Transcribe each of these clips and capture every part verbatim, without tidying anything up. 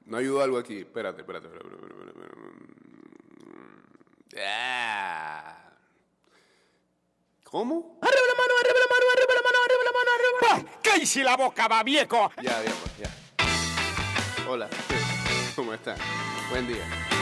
No ayudó algo aquí. Espérate, espérate. espérate, espérate, espérate. Ah. ¿Cómo? ¡Arriba la mano, arriba la mano, arriba la mano, arriba la mano, arriba la mano! ¡Cállese la boca, babieco! Ya, ya, pues, ya. Hola, ¿cómo están? Buen día.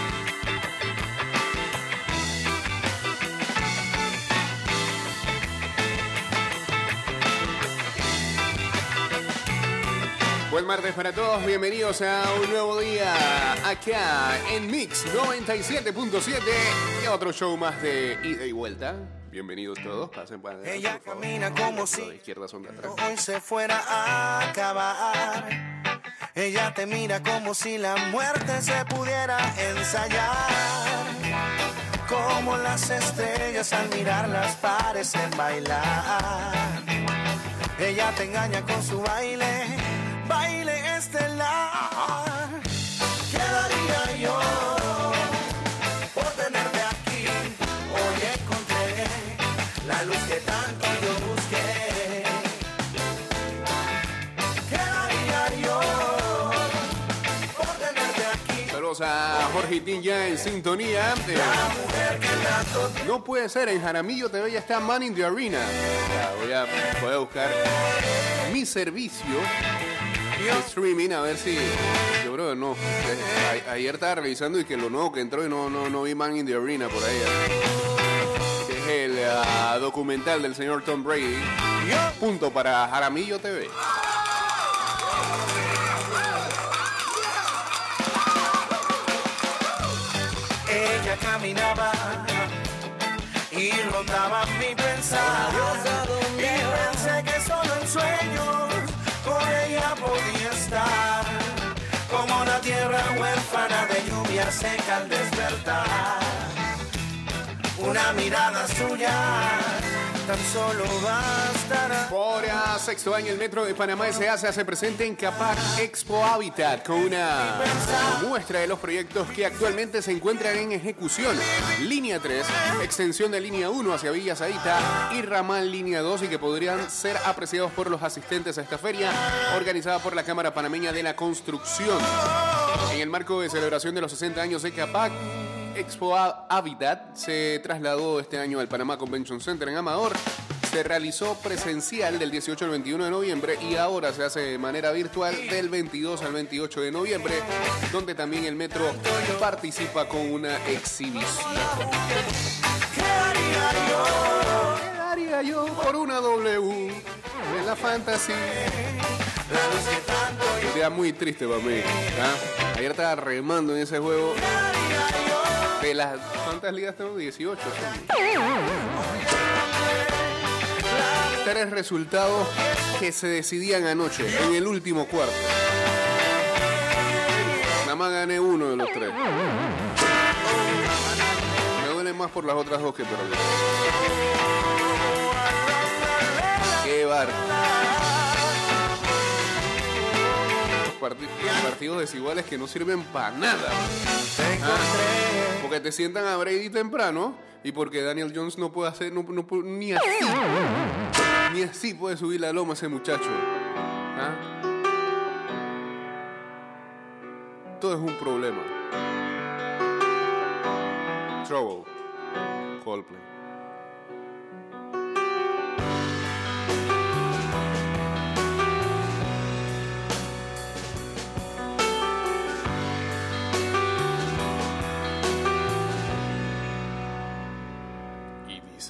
Buen martes para todos, bienvenidos a un nuevo día acá en Mix noventa y siete punto siete y otro show más de ida y vuelta. Bienvenidos todos, pasen para adelante. Ella camina como si de izquierda son de atrás. hoy se fuera a acabar. Ella te mira como si la muerte se pudiera ensayar. Como las estrellas al mirarlas parecen bailar. Ella te engaña con su baile, baile estelar. ¿Qué daría yo por tenerte aquí? Hoy encontré la luz que tanto yo busqué. ¿Qué daría yo por tenerte aquí? Saludos a Jorge Tin ya en sintonía. Eh, La mujer que tanto no puede ser, en Jaramillo T V ya está Man in the Arena. Ya, voy, a, voy a buscar mi servicio de streaming a ver si... Yo creo que no. Eh, a, ayer estaba revisando y que lo nuevo que entró y no, no, no vi Man in the Arena por ahí. Que es el uh, documental del señor Tom Brady. Punto para Jaramillo T V. ella caminaba y rondaba mi pensar. Y pensé que solo en sueños con ella podía estar. Como la tierra huérfana de lluvia seca al despertar. Una mirada suya tan solo bastará. Por a sexto año el Metro de Panamá S A se hace presente en Capac Expo Habitat con una muestra de los proyectos que actualmente se encuentran en ejecución. Línea tres, extensión de línea uno hacia Villa Zaita y ramal línea dos y que podrían ser apreciados por los asistentes a esta feria organizada por la Cámara Panameña de la Construcción. En el marco de celebración de los sesenta años de Capac Expo Habitat se trasladó este año al Panamá Convention Center en Amador. Se realizó presencial del dieciocho al veintiuno de noviembre y ahora se hace de manera virtual del veintidós al veintiocho de noviembre, donde también el Metro participa con una exhibición. ¿Qué haría yo? ¿Qué daría yo por una W en la fantasía? La luz que tanto yo Un día muy triste para mí. ¿Ah? Ayer estaba remando en ese juego. De las ¿cuántas ligas tengo? dieciocho. Son. Tres resultados que se decidían anoche, en el último cuarto. Nada más gané uno de los tres. Me duele más por las otras dos que perdí. Qué bar. Parti- partidos desiguales que no sirven para nada. Ah, porque te sientan a Brady temprano y porque Daniel Jones no puede hacer, no, no puede- ni así, ni así puede subir la loma ese muchacho. ¿Ah? Todo es un problema. Trouble. Coldplay. Y dice...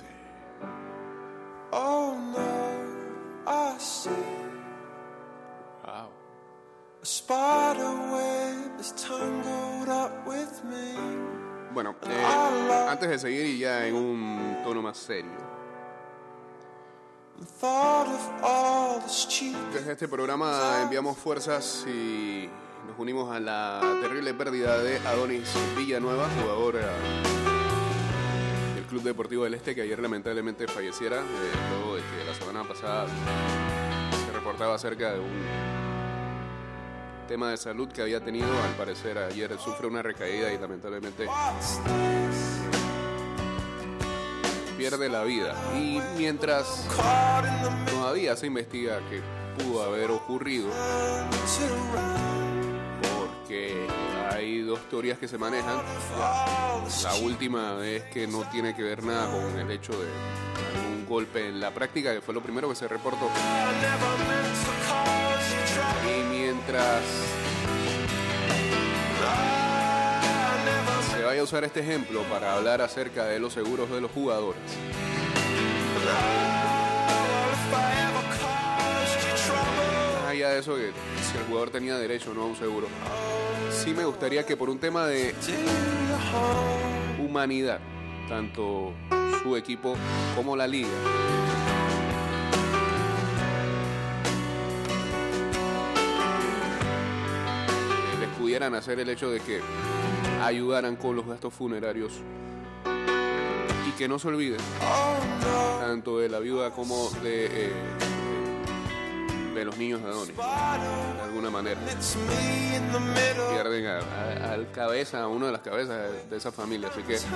Oh no, I see Wow. a spider web is tangled up with me. Bueno, eh, antes de seguir y ya en un tono más serio. And thought of all the stupid Desde este programa enviamos fuerzas y nos unimos a la terrible pérdida de Adonis Villanueva, jugador eh, del Club Deportivo del Este, que ayer lamentablemente falleciera, eh, luego de que la semana pasada se reportaba acerca de un tema de salud que había tenido. Al parecer ayer sufre una recaída y lamentablemente what's this? pierde la vida. Y mientras Caught in the middle todavía se investiga qué pudo haber ocurrido, to the right. porque dos teorías que se manejan. La última es que no tiene que ver nada con el hecho de algún golpe en la práctica, que fue lo primero que se reportó. Y mientras se vaya a usar este ejemplo para hablar acerca de los seguros de los jugadores, más allá de eso, que si el jugador tenía derecho o no a un seguro, sí me gustaría que por un tema de humanidad, tanto su equipo como la liga, les pudieran hacer el hecho de que ayudaran con los gastos funerarios y que no se olviden tanto de la viuda como de, eh, de los niños de Adonis. De alguna manera pierden a, a, al cabeza, a una de las cabezas de, de esa familia, así que eh,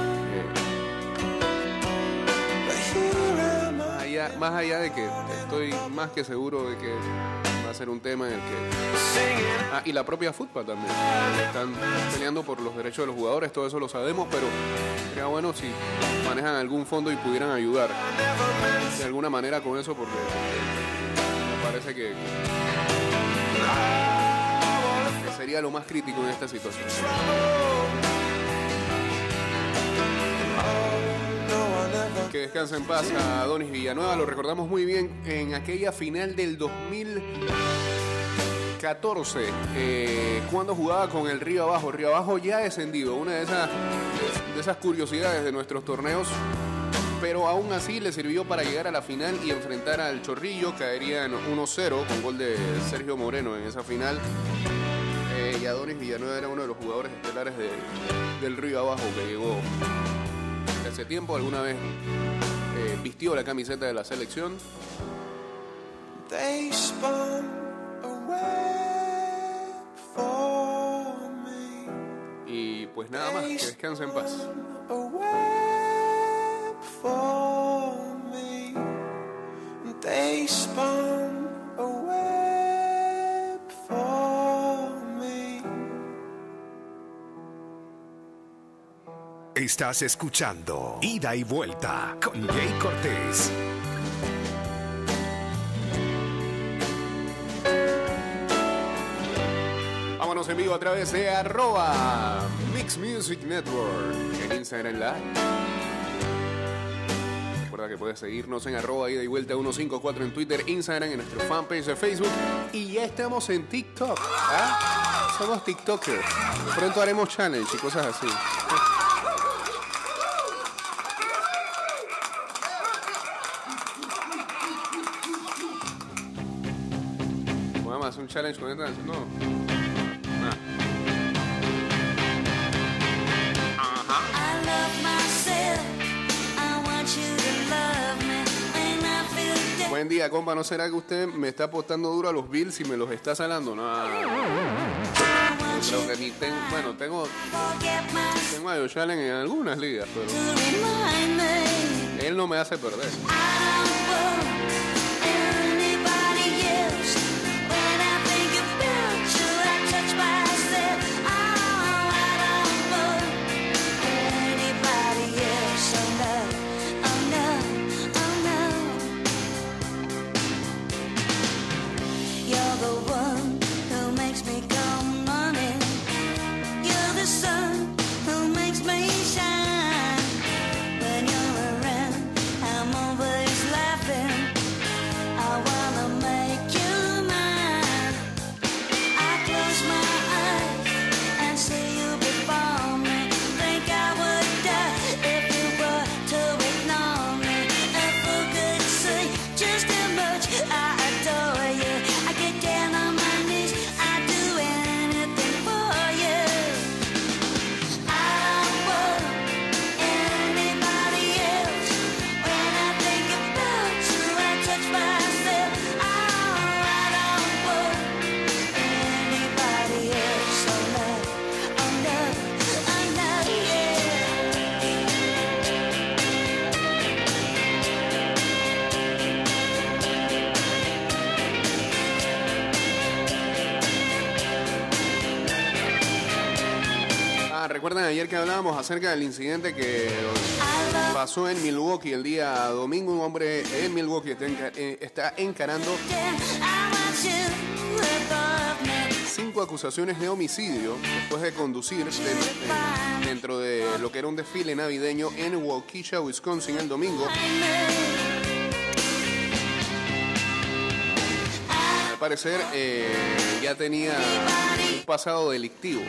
más, allá, más allá de que estoy más que seguro de que va a ser un tema en el que... Ah, y la propia fútbol también. Están peleando por los derechos de los jugadores, todo eso lo sabemos, pero sería bueno si manejan algún fondo y pudieran ayudar de alguna manera con eso, porque me parece que, que sería lo más crítico en esta situación. Que descanse en paz a Adonis Villanueva. Lo recordamos muy bien en aquella final del dos mil catorce, eh, cuando jugaba con el Río Abajo. Río Abajo ya descendido, una de esas, de esas curiosidades de nuestros torneos, pero aún así le sirvió para llegar a la final y enfrentar al Chorrillo. Caería en uno cero con gol de Sergio Moreno en esa final. Eh, y Adonis Villanueva era uno de los jugadores estelares de, del Río Abajo, que llegó hace tiempo, alguna vez eh, vistió la camiseta de la selección. Y pues nada más, que descanse en paz. Estás escuchando Ida y Vuelta con Jay Cortés. Vámonos en vivo a través de arroba Mix Music Network en Instagram Live. Recuerda que puedes seguirnos en arroba Ida y Vuelta ciento cincuenta y cuatro en Twitter, Instagram, en nuestro fanpage de Facebook, y ya estamos en TikTok. ¿Ah? Somos TikTokers. Pronto haremos challenge y cosas así. Un challenge con esta canción, no. Nah. Ajá. Buen día, compa. ¿No será que usted me está apostando duro a los Bills y me los está salando? No. Creo que ni tengo. Bueno, tengo. Tengo a Josh Allen en algunas ligas, pero él no me hace perder. When you're around, I'm always laughing. ¿Recuerdan ayer que hablábamos acerca del incidente que pasó en Milwaukee el día domingo? Un hombre en Milwaukee está, enca eh, está encarando cinco acusaciones de homicidio después de conducir de, de, dentro de lo que era un desfile navideño en Waukesha, Wisconsin, el domingo. Al parecer eh, ya tenía un pasado delictivo.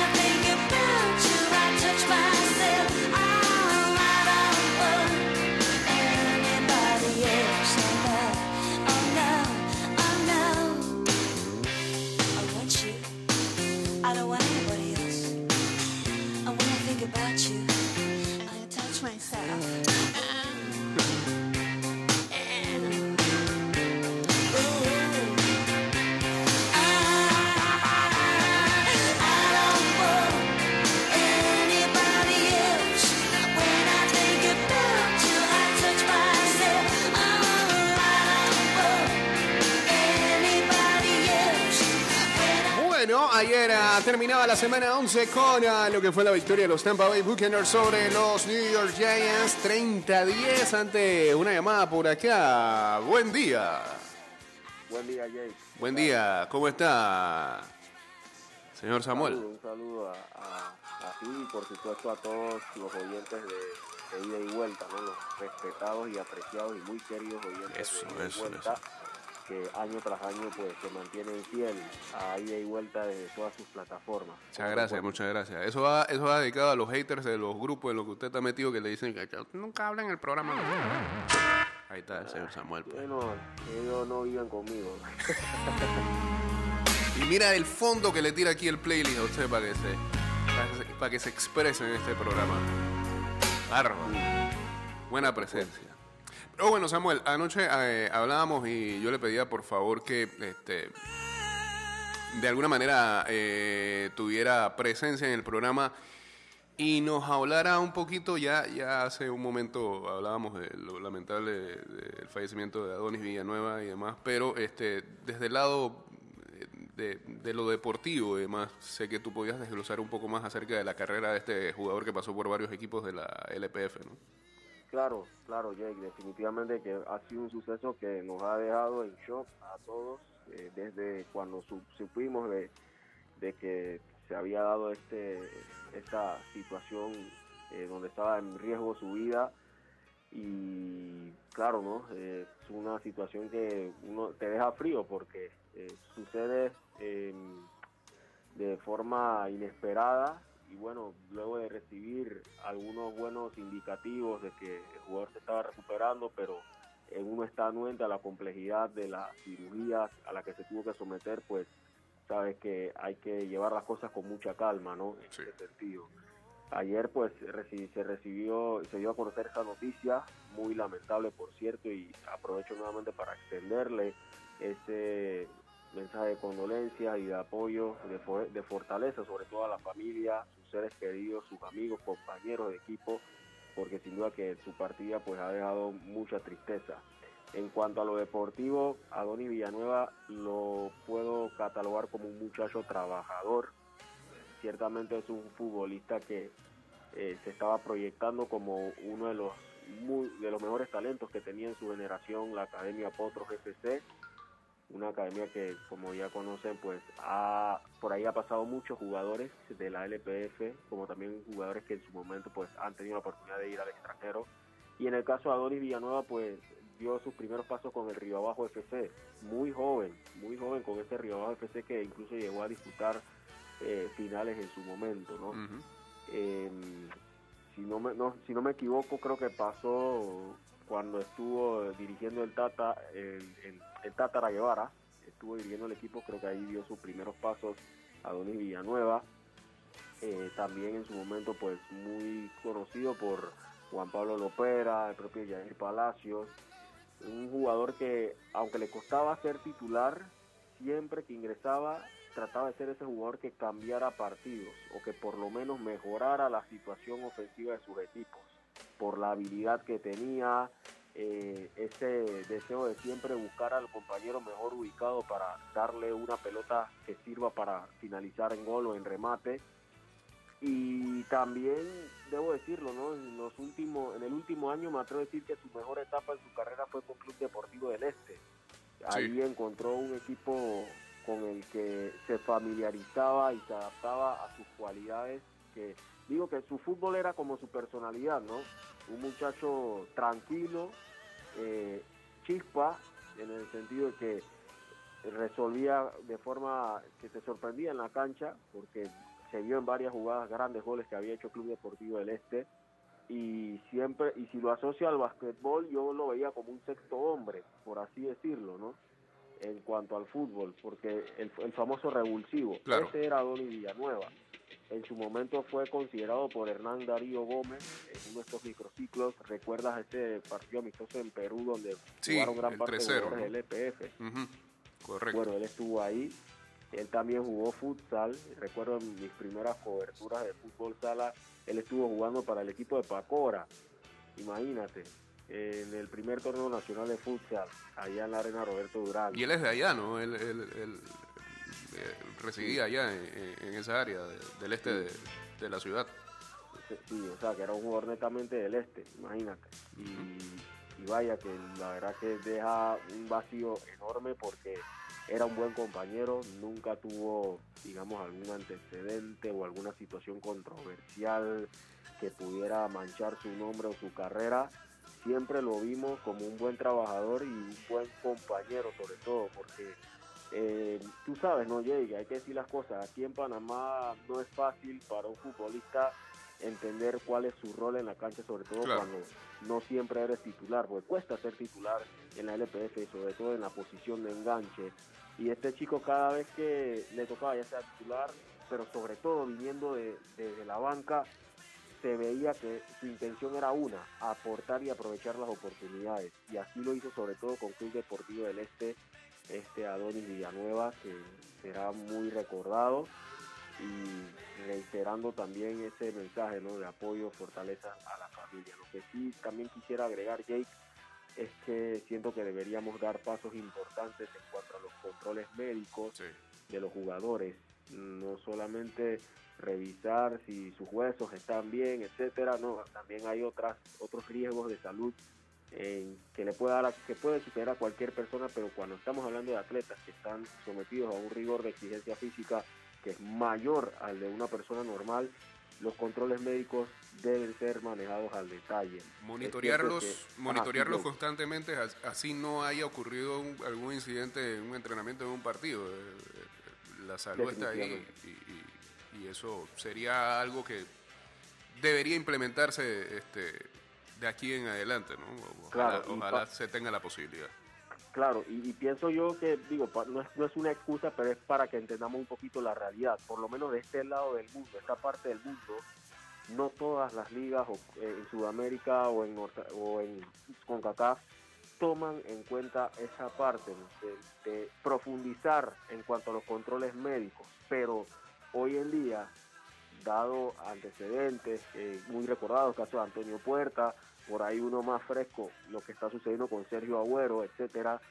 Ayer uh, terminaba la semana once con uh, lo que fue la victoria de los Tampa Bay Buccaneers sobre los New York Giants treinta a diez ante una llamada por acá. Buen día. Buen día, Jake. Buen día. ¿Cómo está, señor Samuel? Un saludo, un saludo a, a, a ti y por supuesto a todos los oyentes de, de ida y vuelta, ¿no? Los respetados y apreciados y muy queridos oyentes eso, de ida y eso, vuelta. Eso. Que año tras año pues se mantienen fiel a ida y vuelta de todas sus plataformas. Muchas gracias, muchas gracias. Eso va, eso va dedicado a los haters de los grupos en los que usted está metido que le dicen que nunca hablan en el programa. Ahí está el señor Samuel. Pues. Bueno, ellos no viven conmigo. Y mira el fondo que le tira aquí el playlist a usted para que se, para, para que se exprese en este programa. Bárbaro. Buena presencia. Pero bueno, Samuel, anoche eh, hablábamos y yo le pedía por favor que este, de alguna manera eh, tuviera presencia en el programa y nos hablara un poquito, ya, ya hace un momento hablábamos de lo lamentable del fallecimiento de Adonis Villanueva y demás, pero este, desde el lado de, de lo deportivo y demás, sé que tú podías desglosar un poco más acerca de la carrera de este jugador que pasó por varios equipos de la L P F, ¿no? Claro, claro, Jake, definitivamente que ha sido un suceso que nos ha dejado en shock a todos eh, desde cuando su, supimos de, de que se había dado este esta situación eh, donde estaba en riesgo su vida y claro, ¿no? Eh, es una situación que uno te deja frío porque eh, sucede eh, de forma inesperada. Y bueno, luego de recibir algunos buenos indicativos de que el jugador se estaba recuperando, pero en uno está anuente a la complejidad de la cirugía a la que se tuvo que someter, pues sabes que hay que llevar las cosas con mucha calma, ¿no? En sí. ese sentido. Ayer pues se recibió, se dio a conocer esa noticia, muy lamentable por cierto, y aprovecho nuevamente para extenderle ese mensaje de condolencia y de apoyo, de, de fortaleza, sobre todo a la familia, sus seres queridos, sus amigos, compañeros de equipo, porque sin duda que su partida pues ha dejado mucha tristeza. En cuanto a lo deportivo, Adonis Villanueva lo puedo catalogar como un muchacho trabajador. Ciertamente es un futbolista que eh, se estaba proyectando como uno de los, muy, de los mejores talentos que tenía en su generación la Academia Potros F C. Una academia que, como ya conocen, pues ha, por ahí ha pasado muchos jugadores de la L P F, como también jugadores que en su momento pues han tenido la oportunidad de ir al extranjero. Y en el caso de Adonis Villanueva, pues dio sus primeros pasos con el Río Abajo F C, muy joven, muy joven con ese Río Abajo F C que incluso llegó a disputar eh, finales en su momento, ¿no? Uh-huh. eh, si no me, no, si no me equivoco, creo que pasó cuando estuvo dirigiendo el Tata, el, el, el Tátara Guevara, estuvo dirigiendo el equipo, creo que ahí dio sus primeros pasos Adonis Villanueva, eh, también en su momento pues muy conocido por Juan Pablo Lopera, el propio Jair Palacios, un jugador que aunque le costaba ser titular, siempre que ingresaba trataba de ser ese jugador que cambiara partidos o que por lo menos mejorara la situación ofensiva de sus equipos, por la habilidad que tenía, eh, ese deseo de siempre buscar al compañero mejor ubicado para darle una pelota que sirva para finalizar en gol o en remate. Y también debo decirlo, ¿no? En los últimos, en el último año me atrevo a decir que su mejor etapa en su carrera fue con Club Deportivo del Este. Ahí sí. Encontró un equipo con el que se familiarizaba y se adaptaba a sus cualidades, que digo que su fútbol era como su personalidad, ¿no? Un muchacho tranquilo, eh, chispa, en el sentido de que resolvía de forma que te sorprendía en la cancha, porque se vio en varias jugadas grandes goles que había hecho Club Deportivo del Este, y siempre, y si lo asocia al básquetbol, yo lo veía como un sexto hombre, por así decirlo, ¿no? En cuanto al fútbol, porque el, el famoso revulsivo, claro. Ese era Donny Villanueva. En su momento fue considerado por Hernán Darío Gómez en uno de estos microciclos. ¿Recuerdas ese partido amistoso en Perú donde sí, jugaron gran parte de jugadores del E P F? Uh-huh. Correcto. Bueno, él estuvo ahí. Él también jugó futsal. Recuerdo en mis primeras coberturas de fútbol sala, él estuvo jugando para el equipo de Pacora. Imagínate, en el primer torneo nacional de futsal, allá en la Arena Roberto Durán. Y él es de allá, ¿no? Él, él, él, él residía sí. allá en, en esa área de, del este sí. de, de la ciudad. Sí, o sea, que era un jugador netamente del este, imagínate. Y, uh-huh. y vaya que la verdad que deja un vacío enorme porque era un buen compañero, nunca tuvo, digamos, algún antecedente o alguna situación controversial que pudiera manchar su nombre o su carrera. Siempre lo vimos como un buen trabajador y un buen compañero, sobre todo, porque eh, tú sabes, ¿no, Jay? Hay que decir las cosas. Aquí en Panamá no es fácil para un futbolista entender cuál es su rol en la cancha, sobre todo claro. cuando no siempre eres titular, porque cuesta ser titular en la L P F, sobre todo en la posición de enganche. Y este chico, cada vez que le tocaba ya sea titular, pero sobre todo viniendo de, de, de la banca, se veía que su intención era una, aportar y aprovechar las oportunidades, y así lo hizo sobre todo con Club Deportivo del Este, este Adonis Villanueva, que será muy recordado, y reiterando también ese mensaje, ¿no?, de apoyo, fortaleza a la familia. Lo que sí también quisiera agregar, Jake, es que siento que deberíamos dar pasos importantes en cuanto a los controles médicos sí. de los jugadores, no solamente revisar si sus huesos están bien, etcétera, no, también hay otras otros riesgos de salud eh, que le puede dar a, que puede suceder a cualquier persona, pero cuando estamos hablando de atletas que están sometidos a un rigor de exigencia física que es mayor al de una persona normal, los controles médicos deben ser manejados al detalle. Monitorearlos, que, monitorearlos ah, constantemente, así no haya ocurrido un, algún incidente en un entrenamiento, en un partido. La salud está ahí y, y y eso sería algo que debería implementarse este, de aquí en adelante, ¿no? Ojalá, claro, ojalá pa- se tenga la posibilidad. Claro, y, y pienso yo que, digo, pa, no, es, no es una excusa, pero es para que entendamos un poquito la realidad, por lo menos de este lado del mundo, esta parte del mundo, no todas las ligas o, eh, en Sudamérica o en, o en CONCACAF toman en cuenta esa parte de, de profundizar en cuanto a los controles médicos, pero hoy en día, dado antecedentes eh, muy recordados, caso de Antonio Puerta, por ahí uno más fresco, lo que está sucediendo con Sergio Agüero, etcétera,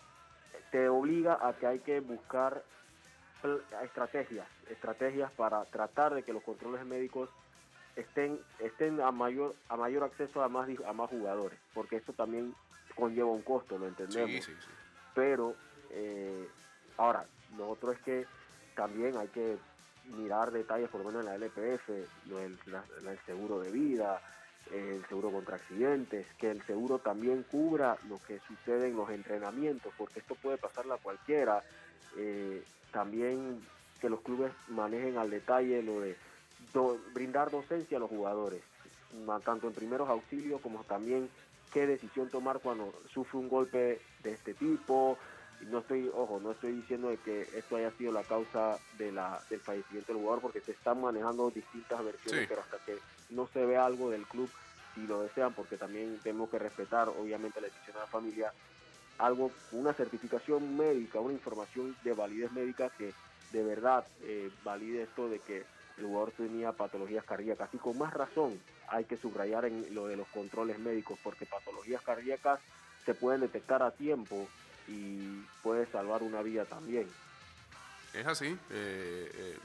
te obliga a que hay que buscar estrategias, estrategias para tratar de que los controles médicos estén estén a mayor a mayor acceso a más a más jugadores, porque esto también conlleva un costo, lo entendemos. Sí, sí, sí. Pero eh, ahora, lo otro es que también hay que mirar detalles, por lo menos en la L P F, lo del, la, el seguro de vida, el seguro contra accidentes, que el seguro también cubra lo que sucede en los entrenamientos, porque esto puede pasarle a cualquiera. Eh, también que los clubes manejen al detalle lo de do, brindar docencia a los jugadores, tanto en primeros auxilios como también qué decisión tomar cuando sufre un golpe de este tipo. No estoy, ojo, no estoy diciendo de que esto haya sido la causa de la, del fallecimiento del jugador, porque se están manejando distintas versiones, sí. pero hasta que no se vea algo del club, si lo desean, porque también tenemos que respetar, obviamente, la decisión de la familia, algo, una certificación médica, una información de validez médica que de verdad eh, valide esto de que el jugador tenía patologías cardíacas. Y con más razón hay que subrayar en lo de los controles médicos, porque patologías cardíacas se pueden detectar a tiempo y puede salvar una vida también. Es así. Eh, eh,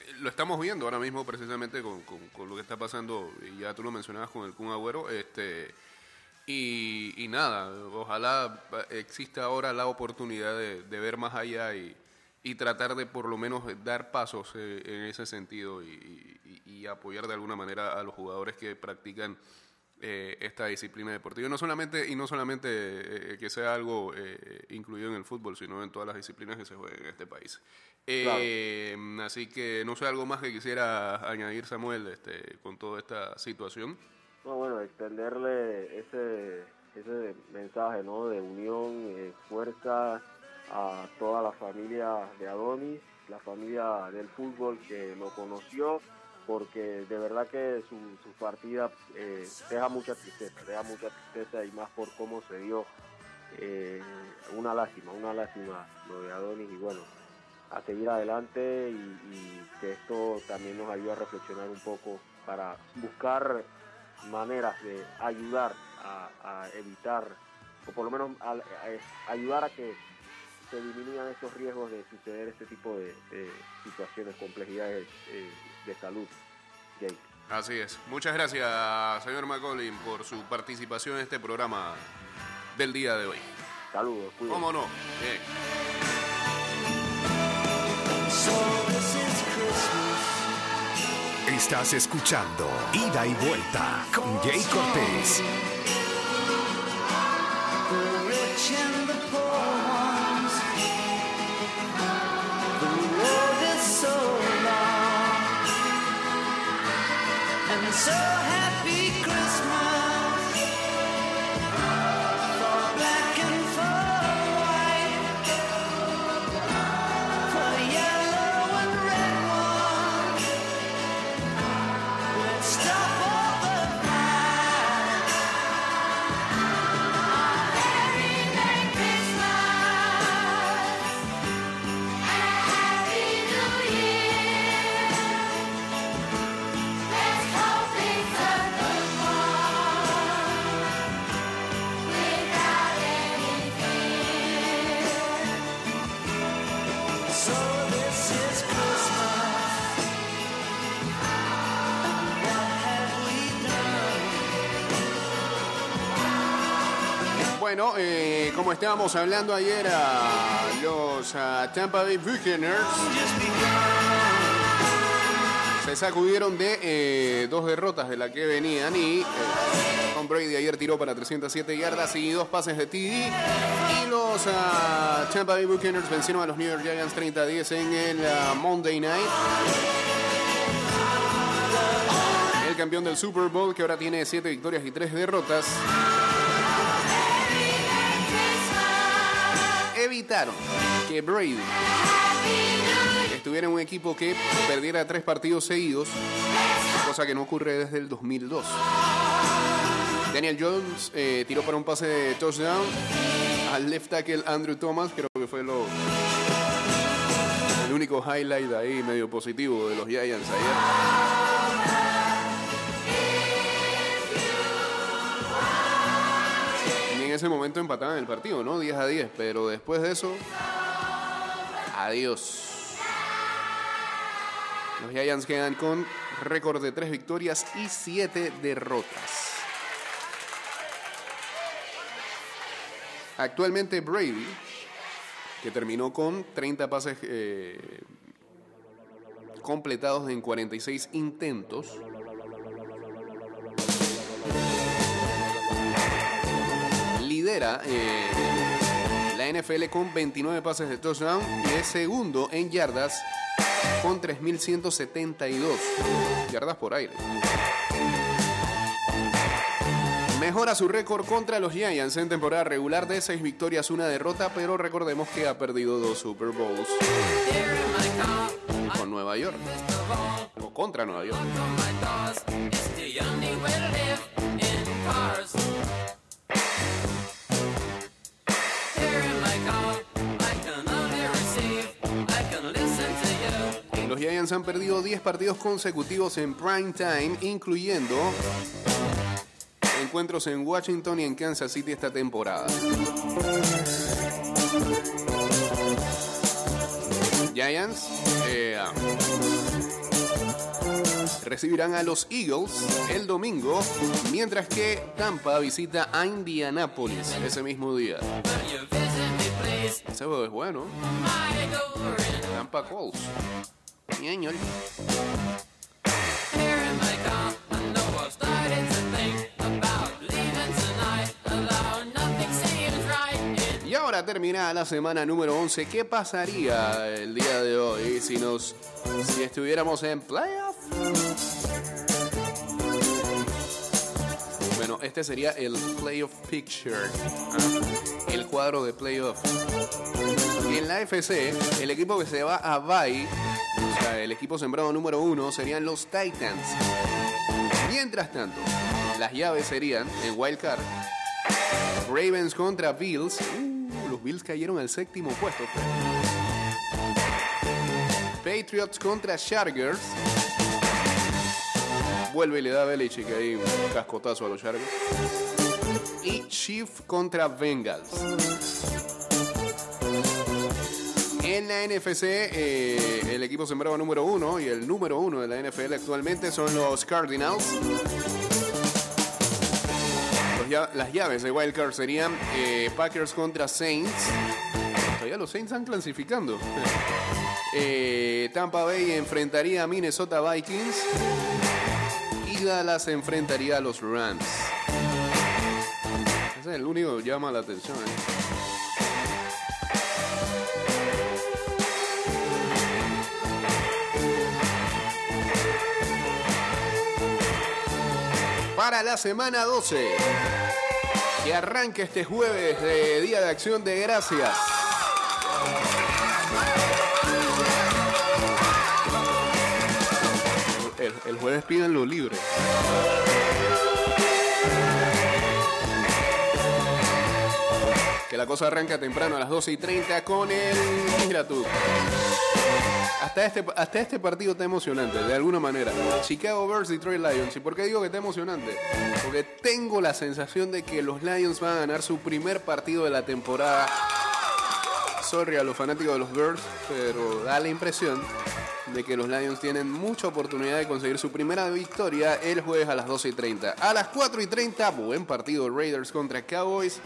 lo estamos viendo ahora mismo precisamente con, con, con lo que está pasando, y ya tú lo mencionabas con el Kun Agüero, este, y, y nada, ojalá exista ahora la oportunidad de, de ver más allá y, y tratar de por lo menos dar pasos eh, en ese sentido y, y, y apoyar de alguna manera a los jugadores que practican eh, esta disciplina deportiva. Y no solamente, y no solamente eh, que sea algo eh, incluido en el fútbol, sino en todas las disciplinas que se juegan en este país. Eh, claro. Así que no sé, algo más que quisiera añadir, Samuel, este, con toda esta situación. No, bueno, extenderle ese, ese mensaje, ¿no?, de unión, eh, fuerza a toda la familia de Adonis, la familia del fútbol que lo conoció, porque de verdad que su, su partida eh, deja mucha tristeza, deja mucha tristeza y más por cómo se dio. Eh, una lástima, una lástima lo de Adonis, y bueno, a seguir adelante y, y que esto también nos ayude a reflexionar un poco para buscar maneras de ayudar a, a evitar, o por lo menos a, a, a ayudar a que se disminuyan estos riesgos de suceder este tipo de, de situaciones, complejidades eh, de salud. Jake. Así es. Muchas gracias, señor McCollin, por su participación en este programa del día de hoy. Saludos. Cuídate. ¿Cómo no? Bien. Estás escuchando Ida y Vuelta con Jay Cortés. So happy Christmas, for black and for white, for yellow and red one. Let's stop all the fight. A very Merry Christmas and a Happy New Year. Let's hope it's a good one without any fear. So this is Christmas, and what have we done? Bueno, eh, como estábamos hablando ayer, a los uh, Tampa Bay Buccaneers se sacudieron de eh, dos derrotas de la que venían y eh, Tom Brady ayer tiró para trescientas siete yardas y dos pases de T D, y los uh, Tampa Bay Buccaneers vencieron a los New York Giants treinta a diez en el uh, Monday Night. El campeón del Super Bowl, que ahora tiene siete victorias y tres derrotas, evitaron que Brady estuviera en un equipo que perdiera tres partidos seguidos, cosa que no ocurre desde el dos mil dos. Daniel Jones eh, tiró para un pase de touchdown al left tackle Andrew Thomas. Creo que fue lo, el único highlight ahí medio positivo de los Giants ayer. En ese momento empataban el partido, ¿no? diez a diez, pero después de eso, adiós. Los Giants quedan con récord de tres victorias y siete derrotas. Actualmente Brady, que terminó con treinta pases eh, completados en cuarenta y seis intentos, lidera eh, la N F L con veintinueve pases de touchdown y es segundo en yardas con tres mil ciento setenta y dos yardas por aire. Mejora su récord contra los Giants en temporada regular de seis victorias, una derrota, pero recordemos que ha perdido dos Super Bowls con Nueva York, o contra Nueva York. Los Giants han perdido diez partidos consecutivos en prime time, incluyendo encuentros en Washington y en Kansas City esta temporada. Giants, eh, recibirán a los Eagles el domingo, mientras que Tampa visita a Indianapolis ese mismo día. Ese juego es bueno. Tampa Colts. Ñeñol. Y ahora termina la semana número once. ¿Qué pasaría el día de hoy si nos si estuviéramos en playoff? Bueno, este sería el playoff picture, ¿ah? El cuadro de playoff. En la A F C, el equipo que se va a bye, o sea, el equipo sembrado número uno, serían los Titans. Mientras tanto, las llaves serían en Wild Card: Ravens contra Bills. Uh, los Bills cayeron al séptimo puesto. Patriots contra Chargers. Vuelve y le da a Belichick ahí un cascotazo a los Chargers. Y Chiefs contra Bengals. En la N F C, eh, el equipo sembrado número uno y el número uno de la N F L actualmente son los Cardinals. Los, las llaves de Wild Card serían eh, Packers contra Saints. Todavía los Saints están clasificando. Eh, Tampa Bay enfrentaría a Minnesota Vikings. Y Dallas enfrentaría a los Rams. Ese es el único que llama la atención, ¿eh? Para la semana doce, que arranca este jueves de Día de Acción de Gracias. El, el jueves pídanlo libre. Que la cosa arranca temprano a las doce y treinta con el... Mira tú. Hasta este, hasta este partido está emocionante, de alguna manera. Chicago versus Detroit Lions. ¿Y por qué digo que está emocionante? Porque tengo la sensación de que los Lions van a ganar su primer partido de la temporada. Sorry a los fanáticos de los Bears, pero da la impresión de que los Lions tienen mucha oportunidad de conseguir su primera victoria el jueves a las doce y treinta. A las cuatro y treinta, buen partido, Raiders contra Cowboys.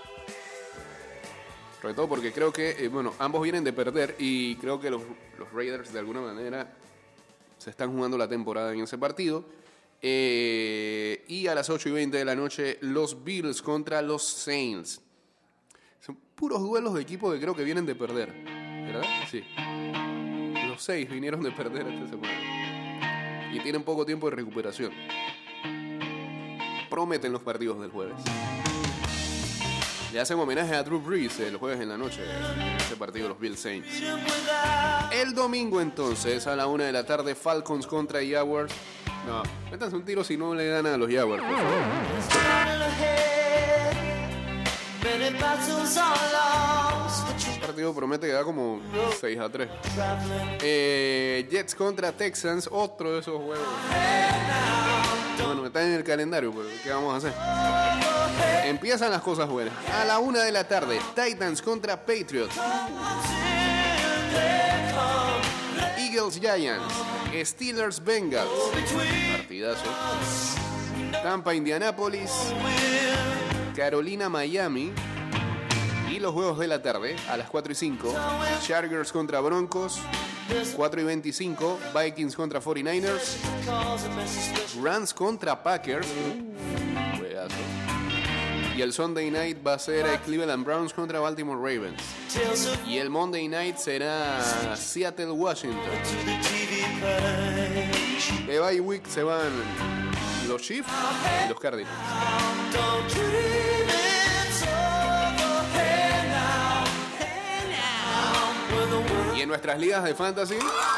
Sobre todo porque creo que, eh, bueno, ambos vienen de perder y creo que los, los Raiders de alguna manera se están jugando la temporada en ese partido. Eh, y a las ocho y veinte de la noche, los Bills contra los Saints. Son puros duelos de equipo que creo que vienen de perder, ¿verdad? Sí. Los seis vinieron de perder esta semana. Y tienen poco tiempo de recuperación. Prometen los partidos del jueves. Le hacen homenaje a Drew Brees el jueves en la noche, ese partido de los Bills Saints. El domingo entonces, a la una de la tarde, Falcons contra Jaguars. No, métanse un tiro si no le ganan a los Jaguars, por favor. El partido promete que da como seis a tres. Eh, Jets contra Texans, otro de esos juegos. Bueno, está en el calendario, pero ¿qué vamos a hacer? Empiezan las cosas buenas. A la una de la tarde, Titans contra Patriots. Eagles Giants. Steelers Bengals. Partidazo. Tampa Indianapolis. Carolina Miami. Y los juegos de la tarde, a las cuatro y cinco, Chargers contra Broncos. cuatro y veinticinco, Vikings contra cuarenta y nueve ers. Rams contra Packers. Uh, juegazo. Y el Sunday Night va a ser Cleveland Browns contra Baltimore Ravens. Y el Monday Night será Seattle Washington. De bye week se van los Chiefs y los Cardinals. Y en nuestras ligas de fantasy,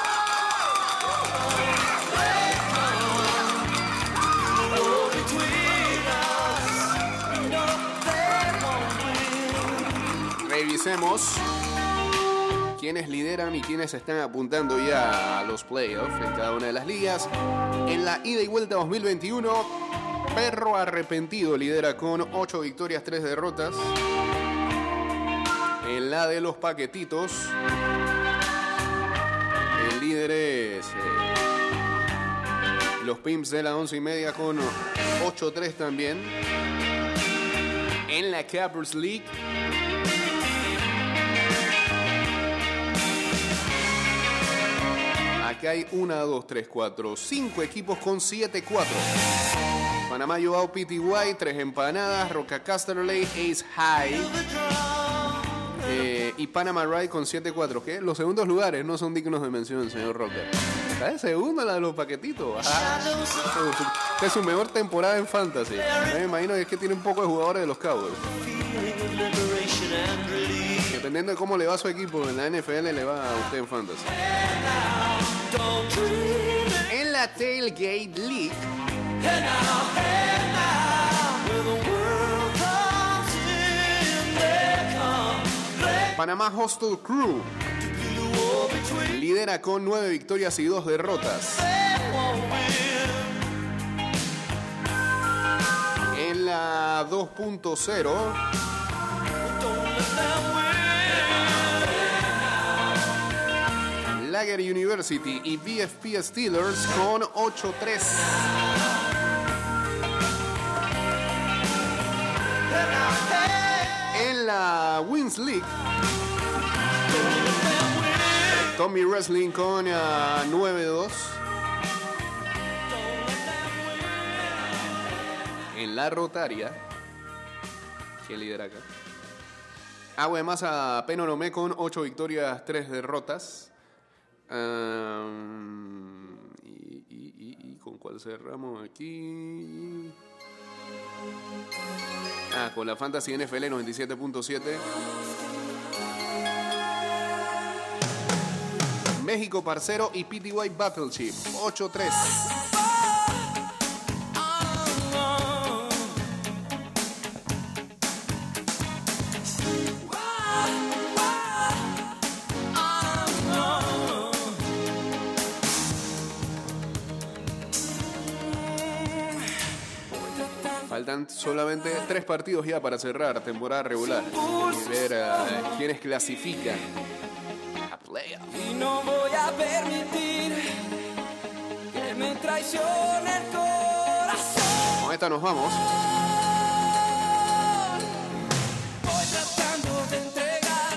revisemos quiénes lideran y quiénes están apuntando ya a los playoffs en cada una de las ligas. En la ida y vuelta dos mil veintiuno, Perro Arrepentido lidera con ocho victorias, tres derrotas. En la de los Paquetitos, el líder es eh, Los Pimps de la once y media con ocho tres también. En la Cappers League. Acá hay uno, dos, tres, cuatro, cinco equipos con siete cuatro. Panamá Joao P T Y, tres empanadas. Roca Casterley, Ace High. Eh, y Panama Ride con siete cuatro. ¿Qué? Los segundos lugares no son dignos de mención, señor Rocker. Está de segunda la de los paquetitos. Ah, esta es su mejor temporada en Fantasy. Me imagino que es que tiene un poco de jugadores de los Cowboys. Dependiendo de cómo le va a su equipo en la N F L, le va a usted en Fantasy. En la Tailgate League. Panamá Hostel Crew lidera con nueve victorias y dos derrotas. En la dos punto cero, Lager University y B F P Steelers con ocho tres. En la Wins League, Tommy Wrestling con uh, nueve dos. En la Rotaria, ¿quién lidera acá? Agua de Masa Penoromé con ocho victorias, tres derrotas. Um, y, y, y, y con cuál cerramos aquí. Ah, con la Fantasy N F L noventa y siete punto siete. México Parcero y P T Y Battleship ocho tres. Faltan solamente tres partidos ya para cerrar temporada regular y ver uh, quiénes clasifican a playoff. Y no voy a permitir que me traicione el corazón. Con esta nos vamos. Voy tratando de entregar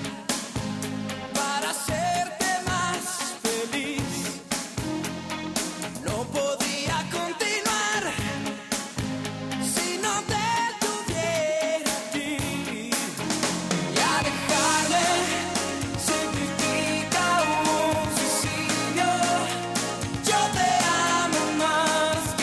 para hacerte más feliz. No podría continuar si no te tuviera a ti. Y alejarme significa un suicidio. Yo te amo más que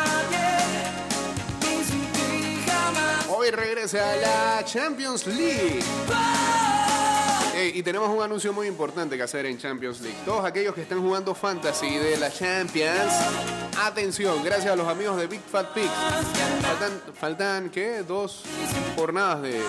a nadie y sin ti jamás. Hoy regresa a la Champions League. Hey, y tenemos un anuncio muy importante que hacer en Champions League. Todos aquellos que están jugando Fantasy de la Champions, atención, gracias a los amigos de Big Fat Pigs. Faltan, faltan ¿qué? Dos jornadas de,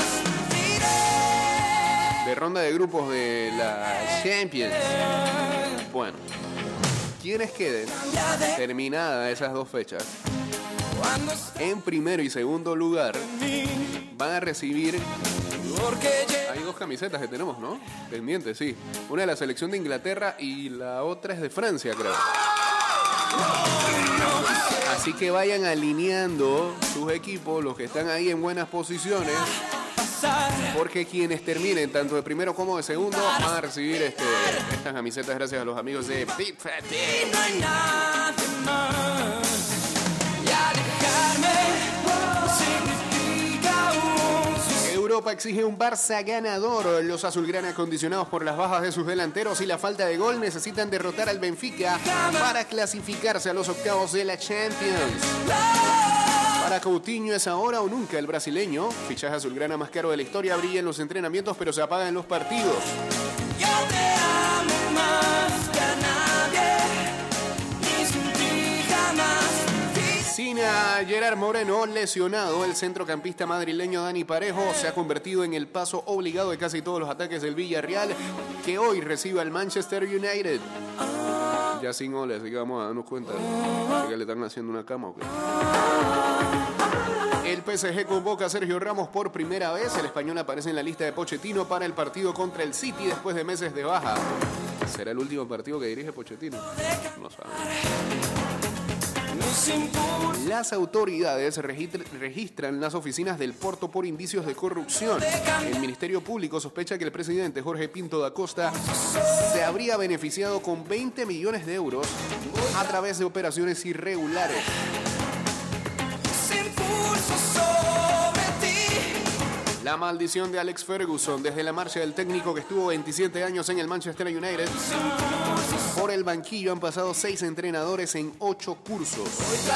de ronda de grupos de la Champions. Bueno, quienes queden terminadas esas dos fechas, en primero y segundo lugar van a recibir... Hay dos camisetas que tenemos, ¿no? Pendientes, sí. Una de la selección de Inglaterra y la otra es de Francia, creo. Así que vayan alineando sus equipos, los que están ahí en buenas posiciones, porque quienes terminen tanto de primero como de segundo van a recibir este, estas camisetas gracias a los amigos de Big Fat Y no hay nadie más. Y alejarme significa un suicidio. Europa exige un Barça ganador. Los azulgrana, condicionados por las bajas de sus delanteros y la falta de gol, necesitan derrotar al Benfica para clasificarse a los octavos de la Champions. Para Coutinho es ahora o nunca el brasileño. Fichaje azulgrana más caro de la historia, brilla en los entrenamientos pero se apaga en los partidos. Yo te amo más que a nadie y sin ti jamás. Sin a Gerard Moreno lesionado, el centrocampista madrileño Dani Parejo se ha convertido en el paso obligado de casi todos los ataques del Villarreal, que hoy recibe al Manchester United. Ya sin goles, así que vamos a darnos cuenta de que le están haciendo una cama o qué. El P S G convoca a Sergio Ramos por primera vez. El español aparece en la lista de Pochettino para el partido contra el City después de meses de baja. ¿Será el último partido que dirige Pochettino? No sabemos. Las autoridades registr- registran las oficinas del Porto por indicios de corrupción. El Ministerio Público sospecha que el presidente Jorge Pinto da Costa se habría beneficiado con veinte millones de euros a través de operaciones irregulares. La maldición de Alex Ferguson desde la marcha del técnico que estuvo veintisiete años en el Manchester United. Por el banquillo han pasado seis entrenadores en ocho cursos.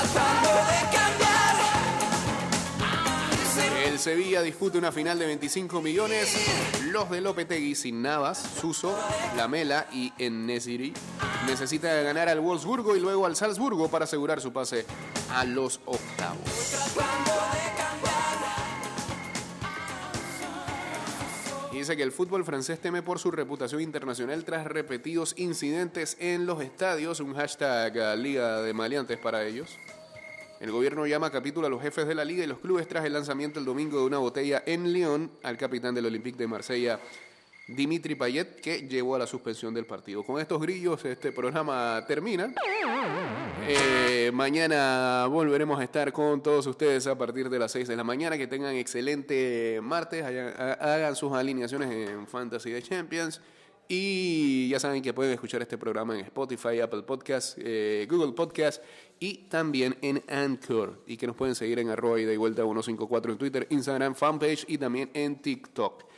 El Sevilla disputa una final de veinticinco millones. Los de Lopetegui sin Navas, Suso, Lamela y En-Nesyri necesitan ganar al Wolfsburgo y luego al Salzburgo para asegurar su pase a los octavos. Dice que el fútbol francés teme por su reputación internacional tras repetidos incidentes en los estadios. Un hashtag uh, Liga de Maleantes para ellos. El gobierno llama a capítulo a los jefes de la liga y los clubes tras el lanzamiento el domingo de una botella en Lyon al capitán del Olympique de Marsella, Dimitri Payet, que llevó a la suspensión del partido. Con estos grillos este programa termina. Eh, mañana volveremos a estar con todos ustedes a partir de las seis de la mañana. Que tengan excelente martes. Hagan, hagan sus alineaciones en Fantasy de Champions. Y ya saben que pueden escuchar este programa en Spotify, Apple Podcasts, eh, Google Podcasts y también en Anchor. Y que nos pueden seguir en arroba ida y vuelta ciento cincuenta y cuatro en Twitter, Instagram, fanpage y también en TikTok.